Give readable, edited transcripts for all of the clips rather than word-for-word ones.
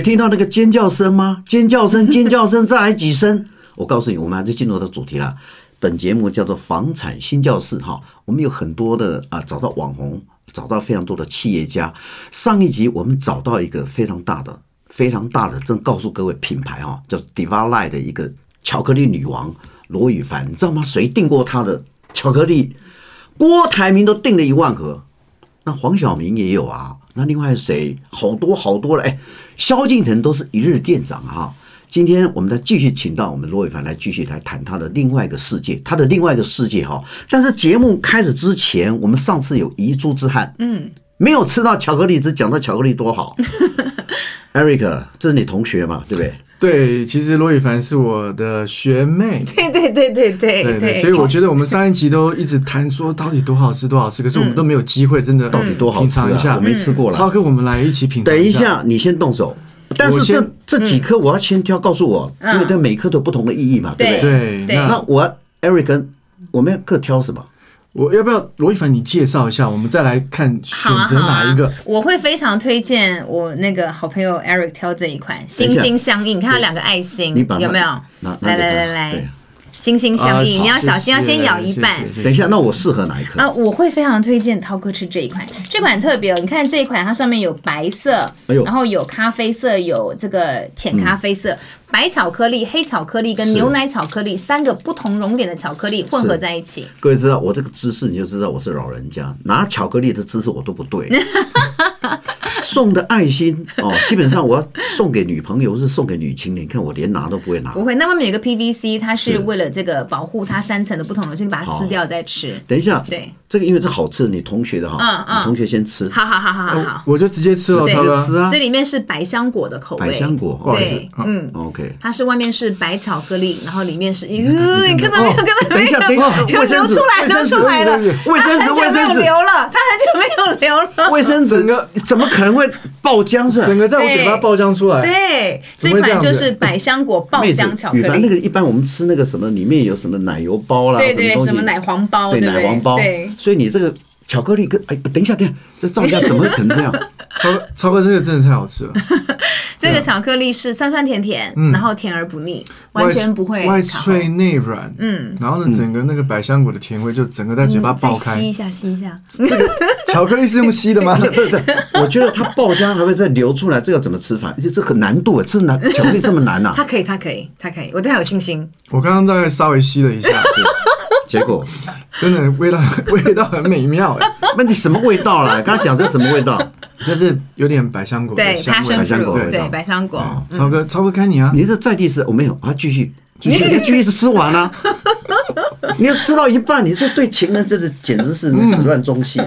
听到那个尖叫声吗？尖叫声，尖叫声，再来几声。我告诉你，我们还是进入到主题啦。本节目叫做房产新教室哈，我们有很多的找到网红，找到非常多的企业家。上一集我们找到一个非常大的，正告诉各位品牌哈，叫 Diva 的一个巧克力女王罗宇凡，你知道吗？谁订过她的巧克力？郭台铭都订了1万盒，那黄晓明也有啊，那另外谁？好多了，萧敬腾都是一日店长哈。今天我们再继续请到我们罗宇凡来继续来谈他的另外一个世界，哈。但是节目开始之前，我们上次有遗珠之憾，没有吃到巧克力，只讲到巧克力多好。Eric， 这是你同学嘛，对不对？ 对，其实罗宇凡是我的学妹。 对， 所以我觉得我们上一集都一直谈说到底多好吃，可是我们都没有机会真的到底多好吃品尝一下。 我没吃过了。 超哥，我们来一起品尝一下。 等一下，你先动手。但是这几颗我要先挑，告诉我，因为对每一颗都有不同的意义嘛，对不对？ 对。 那Eric， 我们各挑什么？ 我要不要罗一凡你介绍一下，我们再来看选择哪一个？ 我会非常推荐我那个好朋友 Eric 挑这一款心心相印，你看它2个爱心，有没有？来。心心相印，你要小心，要先咬一半。 等一下，那我适合哪一颗？ 我会非常推荐涛哥吃这一款，这款很特别哦。你看这一款，它上面有白色，然后有咖啡色，有这个浅咖啡色，白巧克力、黑巧克力跟牛奶巧克力3个不同熔点的巧克力混合在一起。 各位知道我这个姿势，你就知道我是老人家，拿巧克力的姿势我都不对。送的爱心基本上我要送给女朋友，是送给女情人，你看我连拿都不会拿。 不会，那外面有个 PVC， 它是为了这个保护它3层的不同的，就你把它撕掉再吃。 等一下， 对， 这个因为这好吃，你同学的哈，你同学先吃。 好， 我就直接吃了， 直接吃啊。 这里面是百香果的口味， 百香果， 对 ，OK。 它是外面是白巧克力，然后里面是，你看到没有？ 等一下， 流出来了， 卫生纸它很久没有流了，它很久没有流了。 卫生纸怎么可能会爆浆出来？ 整个在我嘴巴爆浆出来。 对，这款就是百香果爆浆巧克力。 那个一般我们吃那个什么，里面有什么奶油包啦， 对，什么奶黄包， 对，奶黄包。对，所以你这个巧克力跟等一下，这照样怎么可能这样？ 超哥，这个真的太好吃了。 这个巧克力是酸酸甜甜，然后甜而不腻，完全不会外脆内软。然后呢，整个那个百香果的甜味就整个在嘴巴爆开。 吸一下。 这个巧克力是用吸的吗？ 对，我觉得它爆浆还会再流出来，这个怎么吃法？这个难度吃巧克力这么难啊？ 它可以，我对它有信心。 我刚刚大概稍微吸了一下。 结果真的味道很美妙那你什么味道啦？刚才讲这什么味道？ 就是有点百香果的香味， 百香果，对，百香果。 超哥看你啊！ 你是在地吃，我没有，继续吃完啊！你要吃到一半，你这对情人真是简直是始乱终弃。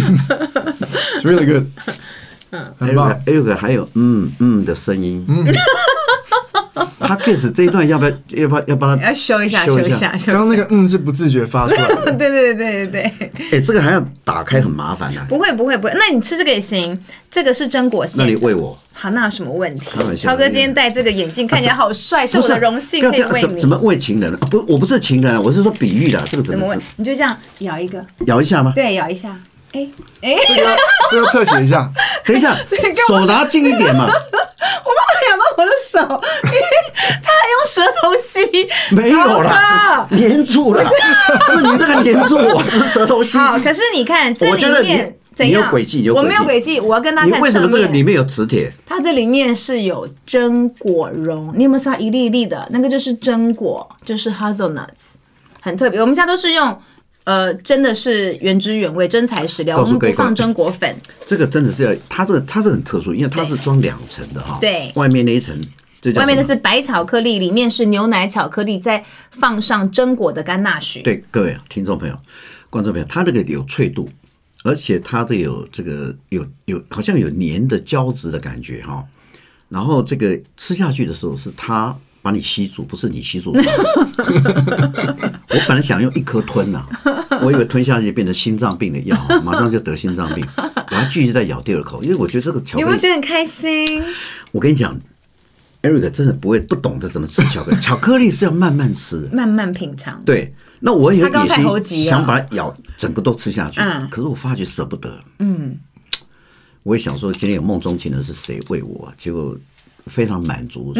It's really good。很棒。 还有的声音。Podcast 这一段要不要要修一下？ 刚刚那个是不自觉发出来的。 对。 这个还要打开很麻烦的。 不会。那你吃这个也行，这个是榛果馅。 那你喂我。 好，那有什么问题？超哥今天戴这个眼镜看起来好帅，是我的荣幸可以喂你。 怎么喂情人？我不是情人，我是说比喻的。这个怎么喂？ 你就这样咬一个， 咬一下吗？ 对，咬一下。 这个特写一下。 等一下，手拿近一点嘛。 我帮他咬到我的手，他还用舌头吸， 没有啦，黏住了，是你这个黏住我，是舌头吸。 好，可是你看这里面怎样？ 你有诡计， 我没有诡计，我要跟他看。 你为什么这个里面有磁铁？ 它这里面是有榛果蓉，你有没有吃到一粒一粒的？那个就是榛果，就是 hazelnuts， 很特别。我们家都是用。真的是原汁原味真材实料，我们不放榛果粉。 这个真的是要它这很特殊，因为它是装2层的哈。 对， 外面那一层， 外面的是白巧克力，里面是牛奶巧克力，再放上榛果的甘纳许。 对，各位听众朋友、观众朋友，它这个有脆度，而且它有好像有黏的胶质的感觉哈。然后这个吃下去的时候是它。把你吸住，不是你吸住。我本来想用1颗吞啊，我以为吞下去变成心脏病的药，马上就得心脏病。我还继续再咬第2口，因为我觉得这个巧克力， 你会觉得很开心。 我跟你讲 ，Eric 真的不懂得怎么吃巧克力，巧克力是要慢慢吃， 慢慢品尝。 对，那我有野心，想把它咬整个都吃下去，可是我发觉舍不得。我也想说，今天有梦中情人是谁喂我，结果非常满足。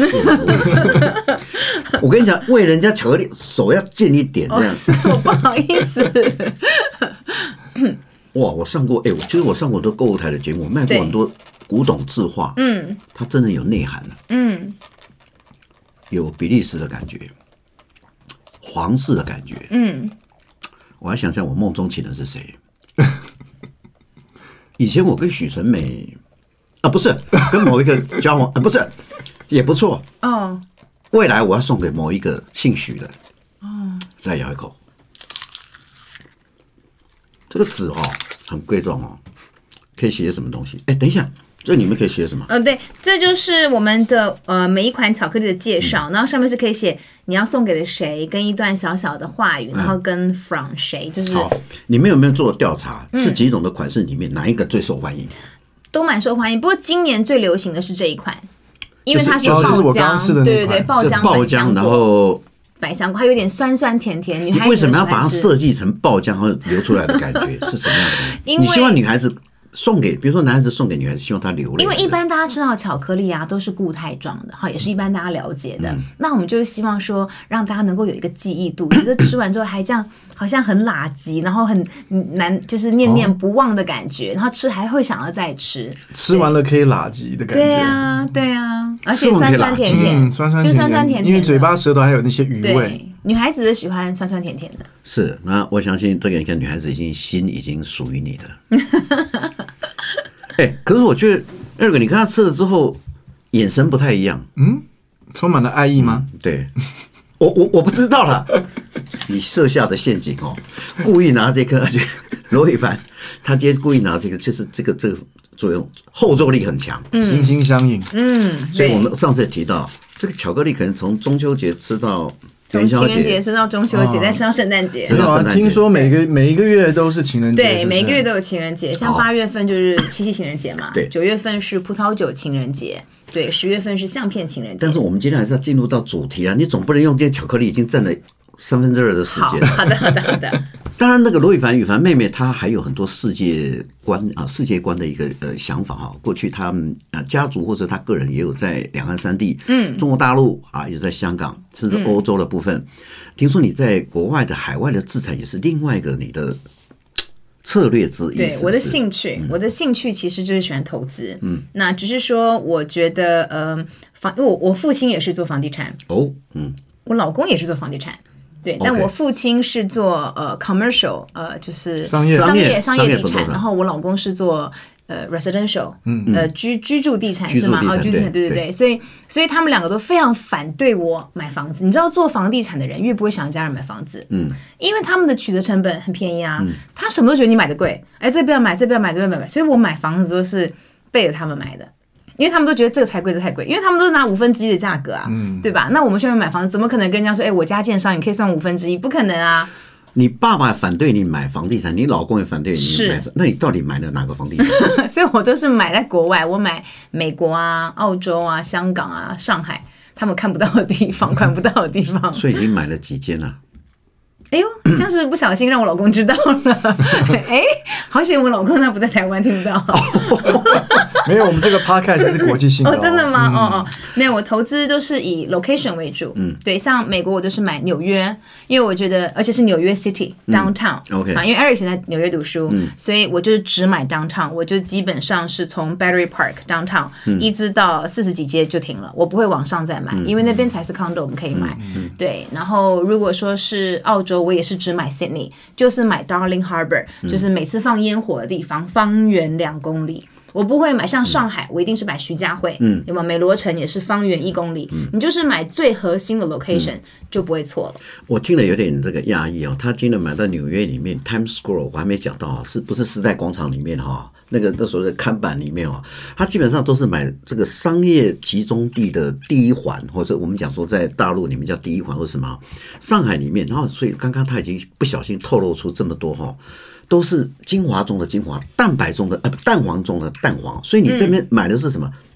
我跟你讲，喂人家巧克力手要近一点，这样。 是我不好意思。 哇，我上过，其实我上过很多购物台的节目，卖过很多古董字画，它真的有内涵了，有比利时的感觉，皇室的感觉，我还想想我梦中情人是谁。以前我跟许纯美不是跟某一个交往不是也不错哦。未来我要送给某一个姓许的再咬一口。这个纸很贵重可以写什么东西？等一下，这里面可以写什么？ 对，这就是我们的每一款巧克力的介绍，然后上面是可以写你要送给的谁，跟一段小小的话语，然后跟 from 谁，就是好。你们有没有做调查？这几种的款式里面哪一个最受欢迎？ 都蛮受欢迎，不过今年最流行的是这一款，因为它是爆浆， 对，爆浆， 然后百香果，它有点酸酸甜甜。女孩子你为什么要把它设计成爆浆和流出来的感觉？是什么样的东西？你希望女孩子送给，比如说男孩子送给女孩子，希望她流泪。 因为一般大家吃到巧克力都是固态状的，也是一般大家了解的。那我们就是希望说，让大家能够有一个记忆度，觉得吃完之后还这样，好像很垃圾，然后很难，就是念念不忘的感觉，然后吃还会想要再吃。 吃完了可以垃圾的感觉。 对啊，而且酸酸甜甜， 酸酸甜甜，因为嘴巴舌头还有那些余味。 女孩子喜欢酸酸甜甜的。 是，那我相信这个一个女孩子心已经属于你的。可是我觉得二哥，你看他吃了之后，眼神不太一样。 充满了爱意吗？ 对，我不知道啦。你设下的陷阱故意拿这个，而且罗一凡他今天故意拿这个，就是这个作用后坐力很强， 心心相印。 所以我们上次提到，这个巧克力可能从中秋节吃到。 从情人节吃到中秋节，再吃到圣诞节。 听说每一个月都是情人节。 对，每一个月都有情人节。像8月份就是七夕情人节嘛， 对 ，9月份是葡萄酒情人节，对，10月份是相片情人节。 但是我们今天还是要进入到主题啊！你总不能用这些巧克力已经占了2/3的时间。 好的。 当然，那个罗宇凡妹妹她还有很多世界观的一个想法过去他们家族或者她个人也有在两岸三地，中国大陆也在香港，甚至欧洲的部分。听说你在国外的海外的资产也是另外一个你的策略之一。 对，我的兴趣其实就是喜欢投资。那只是说，我觉得我父亲也是做房地产我老公也是做房地产。对，但我父亲是做commercial， 就是商业地产，然后我老公是做residential， 居住地产是吗？居住地产，对，所以他们两个都非常反对我买房子。你知道，做房地产的人越不会想家人买房子，因为他们的取得成本很便宜他什么都觉得你买的贵，这不要买，这不要买，所以我买房子都是背着他们买的。因为他们都觉得这个太贵，因为他们都是拿1/5的价格对吧？那我们现在买房子，怎么可能跟人家说，我家建商，你可以算1/5？不可能啊！ 你爸爸反对你买房地产，你老公也反对你买，那你到底买了哪个房地产？ 所以我都是买在国外，我买美国澳洲香港上海，他们看不到的地方，管不到的地方。 所以已经买了几间了？ 哎呦，这样是不小心让我老公知道了。好险我老公他不在台湾，听不到。 没有，我们这个 podcast 是国际性的。 真的吗？没有，我投资都是以 location 为主。对，像美国我都是买纽约，因为我觉得，而且是纽约 City downtown。 OK， 因为 Eric 在纽约读书，所以我就是只买 downtown， 我就基本上是从 Battery Park downtown 一直到40几街就停了，我不会往上再买，因为那边才是 condo 我们可以买。对，然后如果说是澳洲，我也是只买 Sydney， 就是买 Darling Harbour， 就是每次放烟火的地方，方圆2公里。我不会买像上海，我一定是买徐家汇，有没有？美罗城也是方圆1公里，你就是买最核心的 location，就不会错了。 我听了有点这个讶异他今天买到纽约里面 Times Square， 我还没讲到是不是时代广场里面那时候的看板里面他基本上都是买这个商业集中地的第一环，或者我们讲说在大陆里面叫第一环或什么，上海里面，然后所以刚刚他已经不小心透露出这么多都是精华中的精华，蛋白中的蛋黄中的蛋黄，所以你这边买的是什么？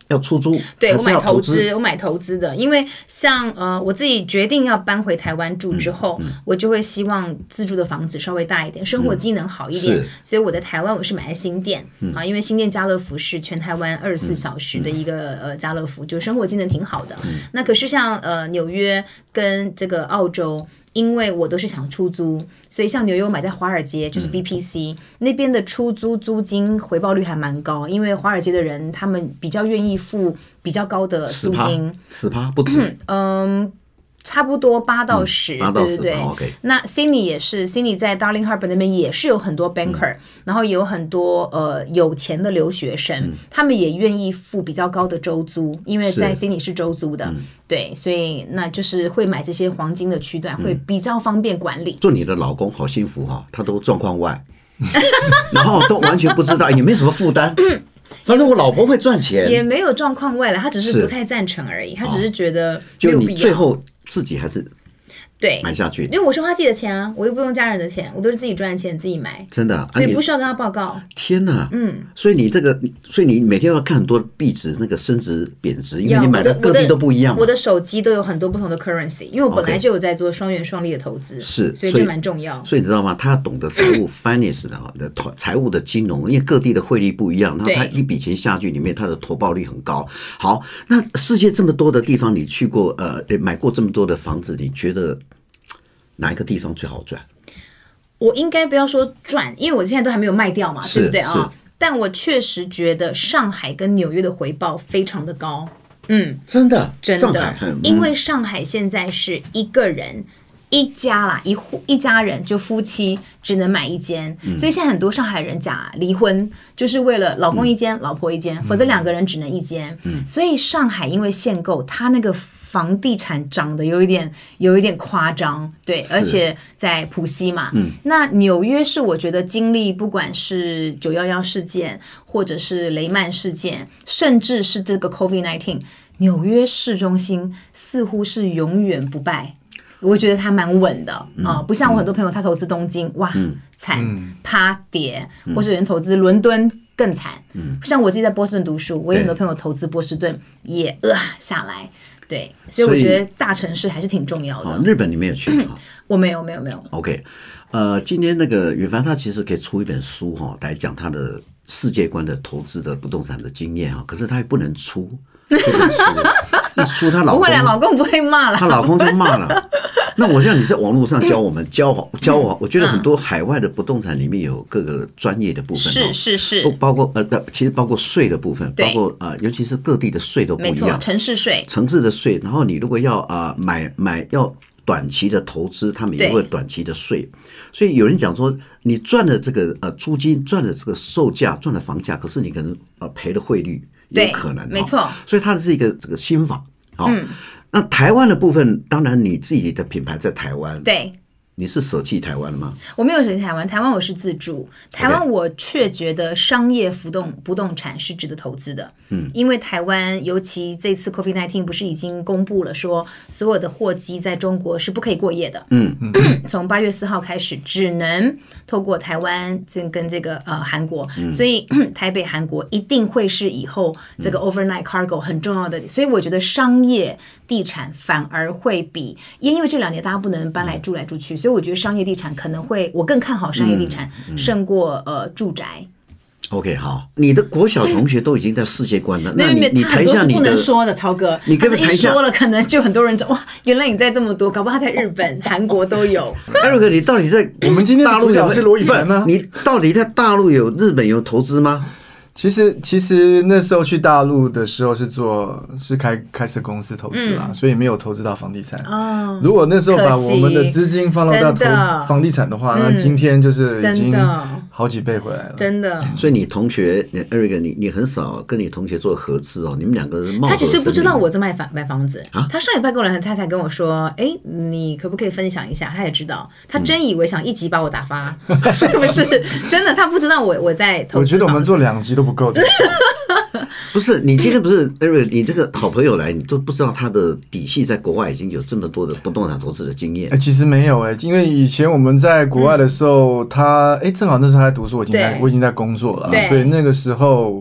要出租？ 对，我还是要投资， 我买投资的，因为像我自己决定要搬回台湾住之后，我就会希望自住的房子稍微大一点，生活机能好一点，所以我在台湾我是买在新店啊，因为新店家乐福是全台湾24小时的一个家乐福，就生活机能挺好的。那可是像纽约跟这个澳洲。因为我都是想出租，所以像纽约我买在华尔街，就是 BPC、那边的出租租金回报率还蛮高，因为华尔街的人他们比较愿意付比较高的租金 ，10%不止， 差不多8到10，对对对。 Okay. 那 Sydney 也是 ，Sydney 在 Darling Harbour 那边也是有很多 banker，然后有很多有钱的留学生，他们也愿意付比较高的周租，因为在 Sydney 是周租的，对，所以那就是会买这些黄金的区段，会比较方便管理。 做你的老公好幸福哈，他都状况外，然后都完全不知道，也没什么负担。反正我老婆会赚钱， 也没有状况外了，他只是不太赞成而已，他只是觉得没有必要。 就你最后自己还是对买下去， 因为我是花自己的钱啊，我又不用家人的钱，我都是自己赚的钱自己买， 真的， 所以不需要跟他报告。 天哪，所以你每天要看很多币值那个升值贬值，因为你买的各地都不一样。 我的手机都有很多不同的 currency， 因为我本来就有在做双元双利的投资， 是， 所以这蛮重要。 所以你知道吗？他懂得财务 finance 的财务的金融，因为各地的汇率不一样，然后他一笔钱下去里面，他的投报率很高。好，那世界这么多的地方，你去过买过这么多的房子，你觉得哪一个地方最好赚？ 我应该不要说赚，因为我现在都还没有卖掉嘛，对不对啊？但我确实觉得上海跟纽约的回报非常的高。 真的， 因为上海现在是一个人一家啦，一家人就夫妻只能买一间，所以现在很多上海人假离婚，就是为了老公一间，老婆一间，否则2个人只能一间。所以上海因为限购，它那个房地产涨得有一点夸张，对，而且在浦西嘛，那纽约是我觉得经历不管是911事件，或者是雷曼事件，甚至是这个 COVID-19， 纽约市中心似乎是永远不败。我觉得它蛮稳的不像我很多朋友他投资东京，哇，惨趴跌，或是有人投资伦敦更惨，像我自己在波士顿读书，我有很多朋友投资波士顿也下来。对，所以我觉得大城市还是挺重要的。 日本你没有去吗？ 我没有。 OK， 今天那个宇凡他其实可以出一本书哈，来讲他的世界观的投资的不动产的经验哈，可是他也不能出这本书，一出他老公老公不会骂了， 他老公就骂了。那我让你在网络上教我们教我，我觉得很多海外的不动产里面有各个专业的部分，是，不包括其实包括税的部分，包括尤其是各地的税都不一样， 没错，城市的税，然后你如果要买要短期的投资，他们也会有短期的税，所以有人讲说，你赚了这个租金，赚了这个售价，赚了房价，可是你可能赔了汇率，有可能， 没错， 所以它是一个这个心法那台湾的部分，当然你自己的品牌在台湾， 对， 你是舍弃台湾了吗？ 我没有舍弃台湾，台湾我是自住，台湾我却觉得商业不动产是值得投资的，因为台湾尤其这次 COVID-19 不是已经公布了说所有的货机在中国是不可以过夜的，从8月4号开始只能透过台湾跟这个韩国，所以台北韩国一定会是以后这个 overnight cargo 很重要的，所以我觉得商业地产反而会比，因为这2年大家不能搬来住来住去，所以我觉得商业地产可能会，我更看好商业地产胜过住宅。 OK， 好，你的国小同学都已经在世界观了，那你谈一下你的， 不能说的，超哥， 你跟他谈一下， 说了可能就很多人讲哇，原来你在这么多，搞不好他在日本、韩国都有。 Eric， 你到底在我们今天大陆有是罗宇凡呢？ 你到底在大陆有日本有投资吗？ 其实那时候去大陆的时候是开设公司投资啦，所以没有投资到房地产。如果那时候把我们的资金放到房地产的话，那今天就是已经好几倍回来了。 真的。 所以你同学 Eric， 你很少跟你同学做合资哦，你们2个冒。 他其实不知道我在买房子啊。他上礼拜过来，他才跟我说，你可不可以分享一下？他也知道，他真以为想一集把我打发，是不是？真的，他不知道我在投资。 我觉得我们做2集都不够的。 不是，你今天不是 Eric， 你这个好朋友来，你都不知道他的底细在国外已经有这么多的不动产投资的经验。 其实没有因为以前我们在国外的时候，他正好那时候他在读书，我已经在工作了，所以那个时候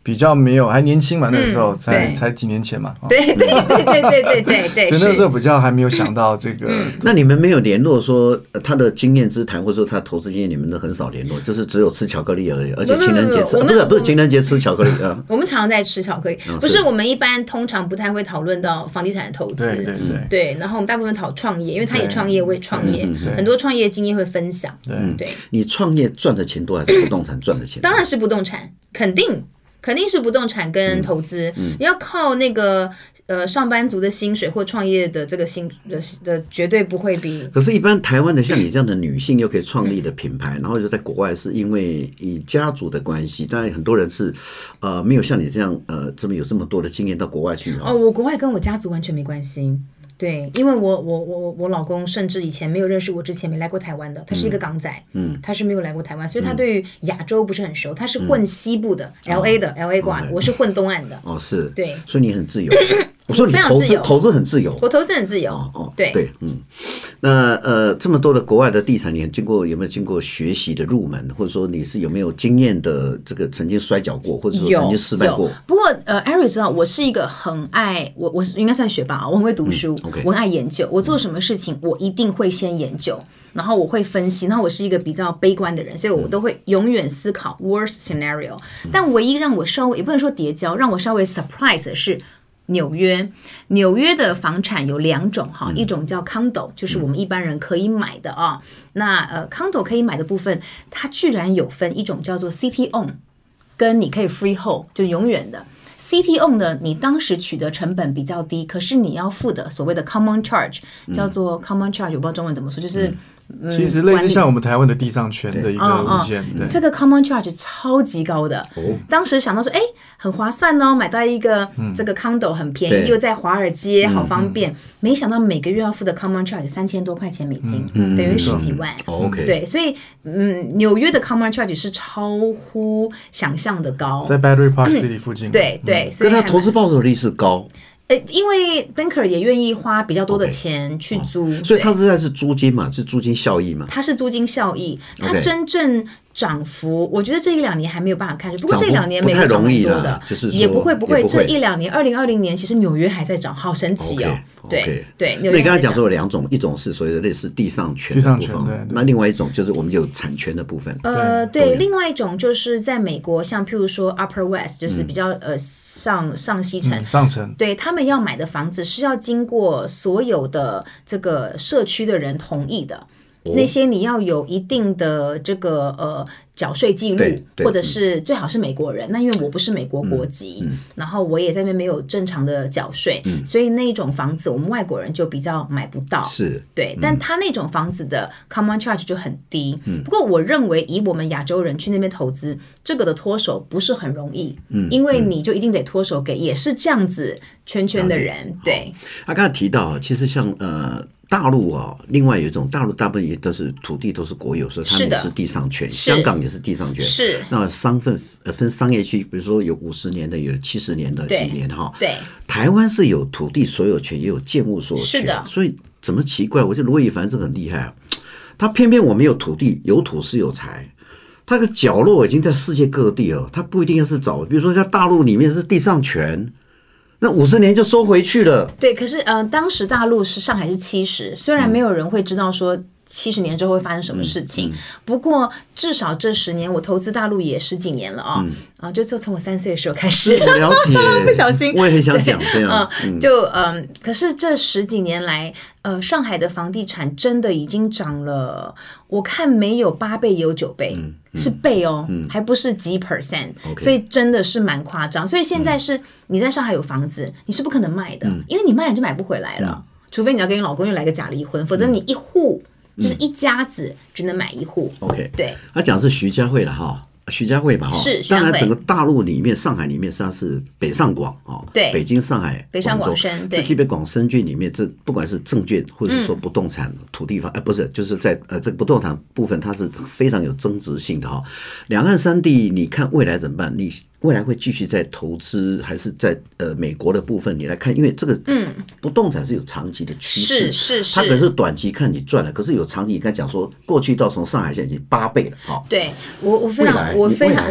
比较没有，还年轻嘛，那个时候才几年前嘛。 对，所以那个时候比较还没有想到这个。 那你们没有联络说他的经验之谈，或者说他投资经验，你们都很少联络，就是只有吃巧克力而已，而且情人节吃，不是情人节吃巧克力啊。 我们常常在吃巧克力，不是我们一般通常不太会讨论到房地产的投资，对，然后我们大部分讨创业，因为他也创业，我也创业，很多创业经验会分享。对， 你创业赚的钱多还是不动产赚的钱多？ 当然是不动产，肯定是不动产跟投资，你要靠那个上班族的薪水或创业的这个薪的绝对不会比。 可是，一般台湾的像你这样的女性又可以创立的品牌，然后就在国外是因为以家族的关系，当然很多人是没有像你这样有这么多的经验到国外去我国外跟我家族完全没关系。对，因为我老公甚至以前没有认识我之前没来过台湾的，他是一个港仔，他是没有来过台湾，所以他对于亚洲不是很熟，他是混西部的，LA 的 LA 挂的，我是混东岸的。 是， 对， 所以你很自由。我说你投资很自由， 我投资很自由。对， 那这么多的国外的地产，你有没有经过学习的入门，或者说你是有没有经验的这个曾经摔跤过，或者说曾经失败过？ 不过Eric 知道我是一个很爱我应该算学霸，我很会读书，我很爱研究，我做什么事情我一定会先研究，然后我会分析，然后我是一个比较悲观的人，所以我都会永远思考 worst scenario。但唯一让我稍微也不能说跌跤，让我稍微 surprise 的是。纽约的房产有2种哈，一种叫 condo， 就是我们一般人可以买的啊。那condo 可以买的部分，它居然有分一种叫做 city own， 跟你可以 freehold 就永远的。city own 的你当时取得成本比较低，可是你要付的所谓的 common charge， 叫做 common charge， 我不知道中文怎么说，就是其实类似像我们台湾的地上权的一个物件， 这个 common charge 超级高的。当时想到说，很划算哦，买到一个这个 condo 很便宜，又在华尔街，好方便。没想到每个月要付的 common charge 3000多块钱美金，等于10几万。对，所以纽约的 common charge 是超乎想象的高， 在 Battery Park City 附近。 对，所以他投资报酬率是高。 因为 banker 也愿意花比较多的钱去租， 所以它是租金嘛，是租金效益嘛？ 它是租金效益，它真正涨幅，我觉得这1-2年还没有办法看出。不过这1-2年美国涨很多的，也不会这1-2年，2020年其实纽约还在涨，好神奇哦。对， 那你刚才讲说有2种，一种是所谓的类似地上权的部分，那另外一种就是我们有产权的部分。 对，另外一种就是在美国，像譬如说 Upper West， 就是比较上西城， 上层， 对他们要买的房子是要经过所有的这个社区的人同意的。那些你要有一定的这个缴税记录，或者是最好是美国人。那因为我不是美国国籍，然后我也在那边没有正常的缴税，所以那种房子我们外国人就比较买不到。 是， 对，但他那种房子的 common charge 就很低。不过我认为以我们亚洲人去那边投资，这个的脱手不是很容易，因为你就一定得脱手给也是这样子圈的人。对， 他刚才提到，其实像大陆另外有一种大陆大部分也都是土地都是国有，所以他们也是地上权。香港也是地上权。是。那分商业区，比如说有50年的，有70年的，几年哈。对。台湾是有土地所有权，也有建物所有权。是的。所以怎么奇怪？我觉得罗一凡这个很厉害啊，他偏偏我们有土地，有土是有财。他的角落已经在世界各地了，他不一定要是找，比如说在大陆里面是地上权。那50年就收回去了。对， 可是当时大陆是上海是70，虽然没有人会知道说70年之后会发生什么事情，不过至少这10年我投资大陆也10几年了就从我3岁的时候开始。 我了解， 不小心， 我也很想讲这样。 可是这10几年来，上海的房地产真的已经涨了，我看没有8倍也有9倍。是倍哦，还不是几 %，所以真的是蛮夸张。所以现在是你在上海有房子，你是不可能卖的，因为你卖了就买不回来了，除非你要跟你老公又来个假离婚，否则你一户就是一家子只能买1户。对， 他讲是徐家汇了哈。徐家汇吧， 是当然整个大陆里面，上海里面它是北上广对， 北京、上海、 北上广深， 这基本广深郡里面，这不管是证券或者是说不动产、土地方，不是，就是在这个不动产部分，它是非常有增值性的哈。两岸三地，你看未来怎么办？你未来会继续在投资，还是在美国的部分？你来看，因为这个不动产是有长期的趋势， 是， 它可是短期看你赚了，可是有长期，你刚才讲说过去到从上海现在已经8倍了哈。 对，我非常，我觉得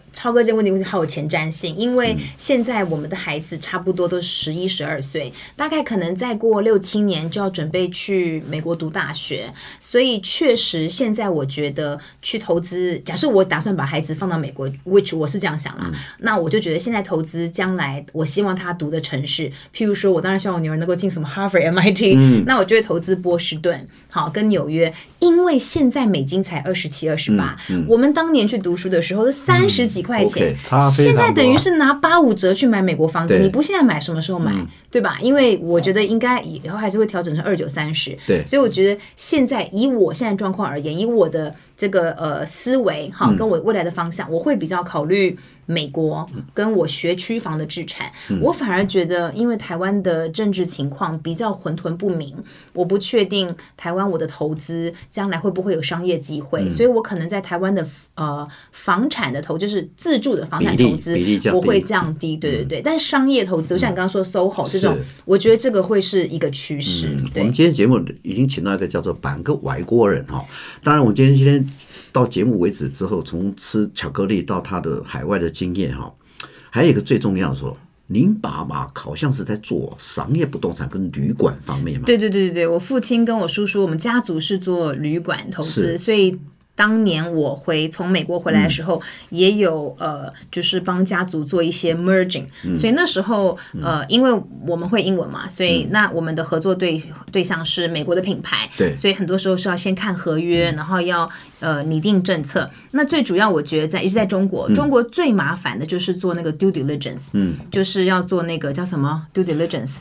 超哥这个问题好有前瞻性，因为现在我们的孩子差不多都11、12岁，大概可能再过6、7年就要准备去美国读大学，所以确实现在我觉得去投资，假设我打算把孩子放到美国 which 我是这样想啦，那我就觉得现在投资将来我希望他读的城市，譬如说我当然希望我女儿能够进什么 Harvard、MIT、那我就会投资波士顿好跟纽约，因为现在美金才27、28、我们当年去读书的时候是30几块钱，现在等于是拿85折去买美国房子，你不现在买什么时候买，对吧？因为我觉得应该以后还是会调整成29、30，对，所以我觉得现在以我现在状况而言，以我的这个思维哈，跟我未来的方向，我会比较考虑美国跟我学区房的置产，我反而觉得因为台湾的政治情况比较混沌不明，我不确定台湾我的投资将来会不会有商业机会，所以我可能在台湾的房产的投就是自住的房产投资我会降低，对，但是商业投资像你刚刚说 SOHO 这种，我觉得这个会是一个趋势。 我们今天节目已经请到一个叫做板个外国人哈，当然我今天到节目为止之后，从吃巧克力到他的海外的经验哈，还有一个最重要的说，您爸爸好像是在做商业不动产跟旅馆方面嘛？ 对，我父亲跟我叔叔，我们家族是做旅馆投资，所以当年我从美国回来的时候，也有就是帮家族做一些 merging，所以那时候因为我们会英文嘛，所以那我们的合作对象是美国的品牌，对，所以很多时候是要先看合约，然后要拟定政策。那最主要我觉得也是在中国，中国最麻烦的就是做那个 due diligence，就是要做那个叫什么 due diligence，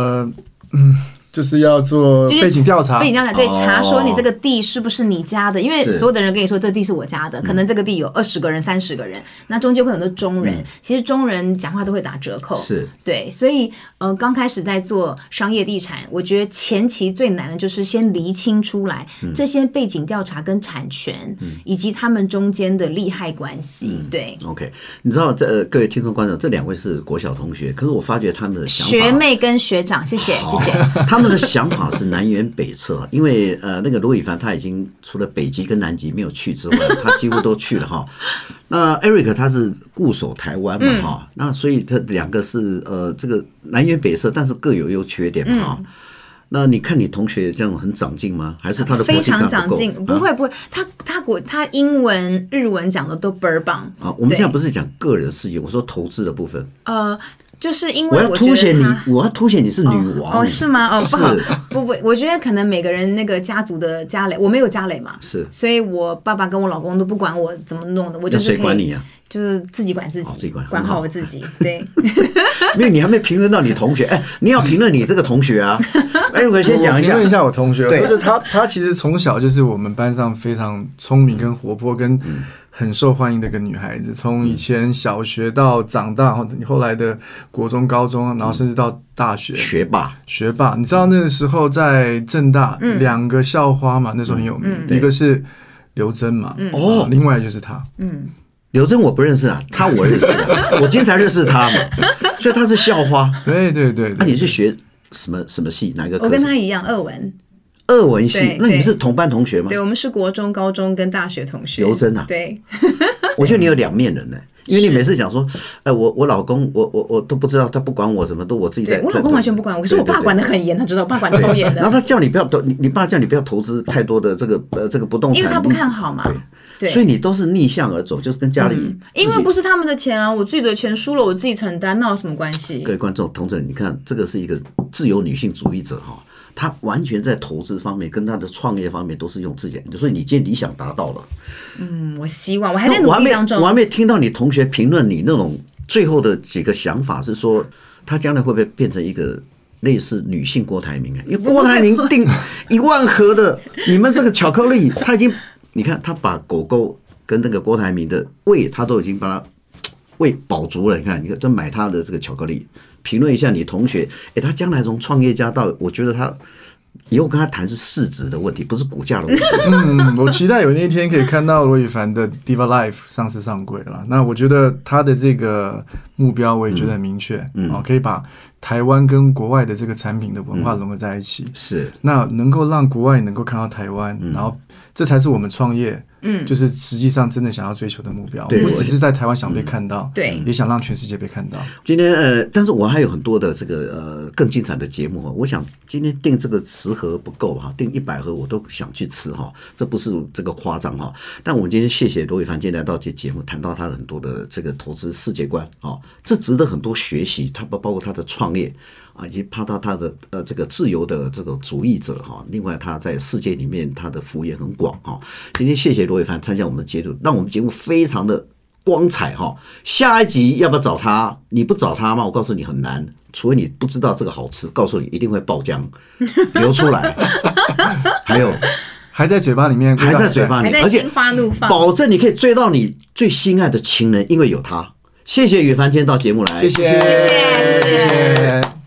就是要做背景调查， 对，查说你这个地是不是你家的，因为所有的人跟你说这地是我家的，可能这个地有20个人、30个人，那中间会有很多中人，其实中人讲话都会打折扣，是对，所以刚开始在做商业地产，我觉得前期最难的就是先厘清出来这些背景调查跟产权，以及他们中间的利害关系。对 ，OK， 你知道各位听众观众，这2位是国小同学，可是我发觉他们的想法， 学妹跟学长，谢谢。 他们的想法是南辕北辙，因为那个罗以凡他已经除了北极跟南极没有去之外，他几乎都去了哈。那 Eric 他是固守台湾嘛哈，那所以这2个是这个南辕北辙，但是各有优缺点嘛哈。那你看你同学这样很长进吗？还是他的非常长进？不会，他英文、日文讲的都倍儿棒啊。我们现在不是讲个人事业，我说投资的部分。 就是因为我要凸显你是女王是吗？不好，不，我觉得可能每个人那个家族的家累，我没有家累嘛，是，所以我爸爸跟我老公都不管我怎么弄的，我就是可以， 谁管你啊？ 就是自己管自己，管好我自己。对， 因为你还没评论到你同学，你要评论你这个同学啊。我先讲一下， 评论一下我同学，就是他其实从小就是我们班上非常聪明跟活泼跟很受欢迎的一个女孩子，从以前小学到长大，后来的国中、高中，然后甚至到大学，学霸。你知道那个时候在政大2个校花嘛，那时候很有名，一个是刘真嘛，另外就是他， 刘真我不认识啊，他我认识的，我今天才认识他嘛，所以他是校花。 对。 那你是学什么系？哪一个科？ 我跟他一样， 俄文系。那你们是同班同学吗？ 对，我们是国中、高中跟大学同学。 刘真啊， 对。 我觉得你有2面人呢，因为你每次讲说，我老公，我都不知道，他不管我什么，都我自己在。 我老公完全不管我，可是我爸管得很严，他知道，我爸管超严的。 然后他叫你不要你爸叫你不要投资太多的这个不动产， 因为他不看好嘛。对， 所以你都是逆向而走，就是跟家里， 因为不是他们的钱啊，我自己的钱输了我自己承担，那有什么关系？ 各位观众同志，你看这个是一个自由女性主义者哈，她完全在投资方面跟她的创业方面都是用自己，所以你今天理想达到了。 我希望我还在努力当中。 我还没听到你同学评论你那种最后的几个想法，是说他将来会不会变成一个类似女性郭台铭啊？因为郭台铭订1万盒的你们这个巧克力，他已经。你看，他把狗狗跟那个郭台铭的胃，他都已经把它胃饱足了。你看，就买他的这个巧克力。评论一下你同学，他将来从创业家到，我觉得他以后跟他谈是市值的问题，不是股价的问题。 我期待有那一天可以看到罗以凡的 Diva Life 上市上柜了。那我觉得他的这个目标我也觉得很明确，可以把台湾跟国外的这个产品的文化融合在一起，是那能够让国外能够看到台湾，然后这才是我们创业就是实际上真的想要追求的目标，不只是在台湾想被看到， 对， 也想让全世界被看到。 今天但是我还有很多的这个更精彩的节目哈，我想今天订这个10盒不够哈，订100盒我都想去吃哈，这不是这个夸张哈。但我们今天谢谢罗伟凡今天来到这节目，谈到他的很多的这个投资世界观啊，这值得很多学习。他包括他的创业啊，以及他的这个自由的这个主义者哈。另外他在世界里面他的服务也很广哈。今天谢谢罗伟凡参加我们的节目，让我们节目非常的光彩哈。下一集要不要找他？你不找他吗？我告诉你很难，除非你不知道这个好吃，告诉你一定会爆浆流出来。还有还在嘴巴里面， 还在嘴巴里，而且保证你可以追到你最心爱的情人，因为有他。谢谢宇凡今天到节目来， 谢谢。